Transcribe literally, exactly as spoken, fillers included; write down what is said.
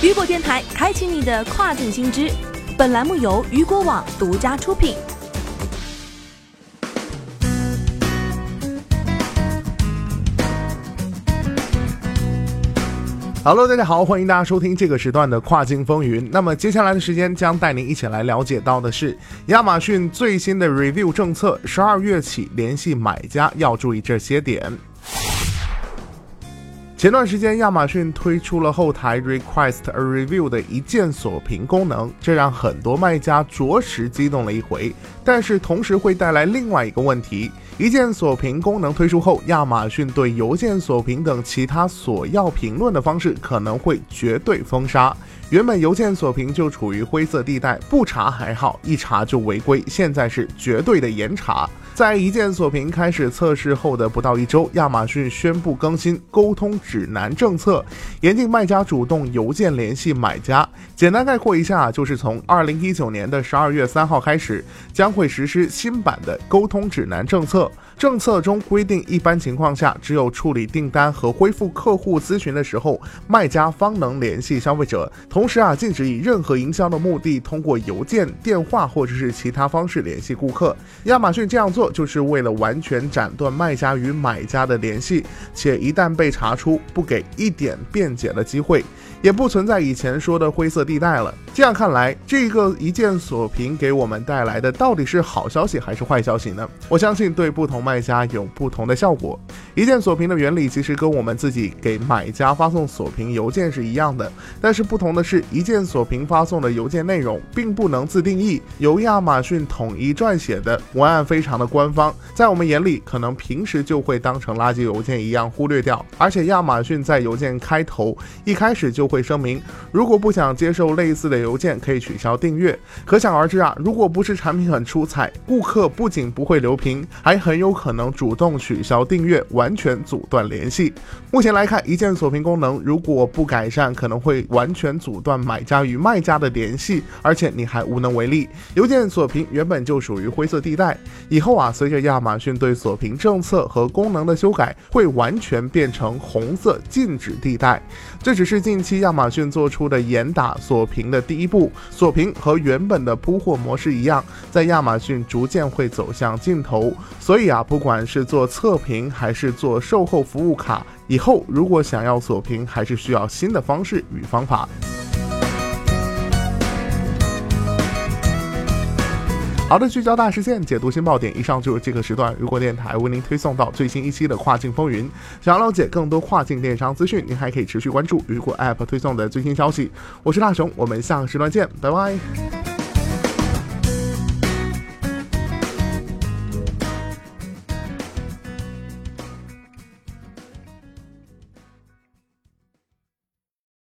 雨果电台开启你的跨境新知，本栏目由雨果网独家出品。 Hello， 大家好，欢迎大家收听这个时段的跨境风云。那么接下来的时间将带您一起来了解到的是亚马逊最新的 review 政策，十二月起联系买家要注意这些点。前段时间亚马逊推出了后台 Request a Review 的一键锁屏功能，这让很多卖家着实激动了一回，但是同时会带来另外一个问题。一键锁屏功能推出后，亚马逊对邮件锁屏等其他索要评论的方式可能会绝对封杀。原本邮件锁屏就处于灰色地带，不查还好，一查就违规，现在是绝对的严查。在一键锁屏开始测试后的不到一周，亚马逊宣布更新沟通指南政策，严禁卖家主动邮件联系买家。简单概括一下，就是从二零一九年的十二月三号开始，将会实施新版的沟通指南政策。政策中规定，一般情况下，只有处理订单和恢复客户咨询的时候，卖家方能联系消费者。同时啊，禁止以任何营销的目的通过邮件、电话或者是其他方式联系顾客。亚马逊这样做就是为了完全斩断卖家与买家的联系，且一旦被查出，不给一点辩解的机会，也不存在以前说的灰色地带了。这样看来，这个一键锁屏给我们带来的到底是好消息还是坏消息呢？我相信对不同卖家有不同的效果。一键锁屏的原理其实跟我们自己给买家发送锁屏邮件是一样的，但是不同的是，一键锁屏发送的邮件内容并不能自定义，由亚马逊统一撰写的，文案非常的官方，在我们眼里可能平时就会当成垃圾邮件一样忽略掉。而且亚马逊在邮件开头一开始就会声明，如果不想接受类似的邮件可以取消订阅。可想而知啊，如果不是产品很出彩，顾客不仅不会留评，还很有可能主动取消订阅，完全阻断联系。目前来看，一键锁屏功能如果不改善，可能会完全阻断买家与卖家的联系，而且你还无能为力。邮件锁屏原本就属于灰色地带，以后啊，随着亚马逊对锁屏政策和功能的修改，会完全变成红色禁止地带。这只是近期亚马逊做出的严打锁屏的第一步，锁屏和原本的铺货模式一样，在亚马逊逐渐会走向尽头。所以啊，不管是做测评还是做售后服务卡，以后如果想要锁屏，还是需要新的方式与方法。好的，聚焦大事件，解读新爆点。以上就是这个时段雨果电台为您推送到最新一期的跨境风云。想要了解更多跨境电商资讯，您还可以持续关注雨果 App 推送的最新消息。我是大熊，我们下个时段见，拜拜。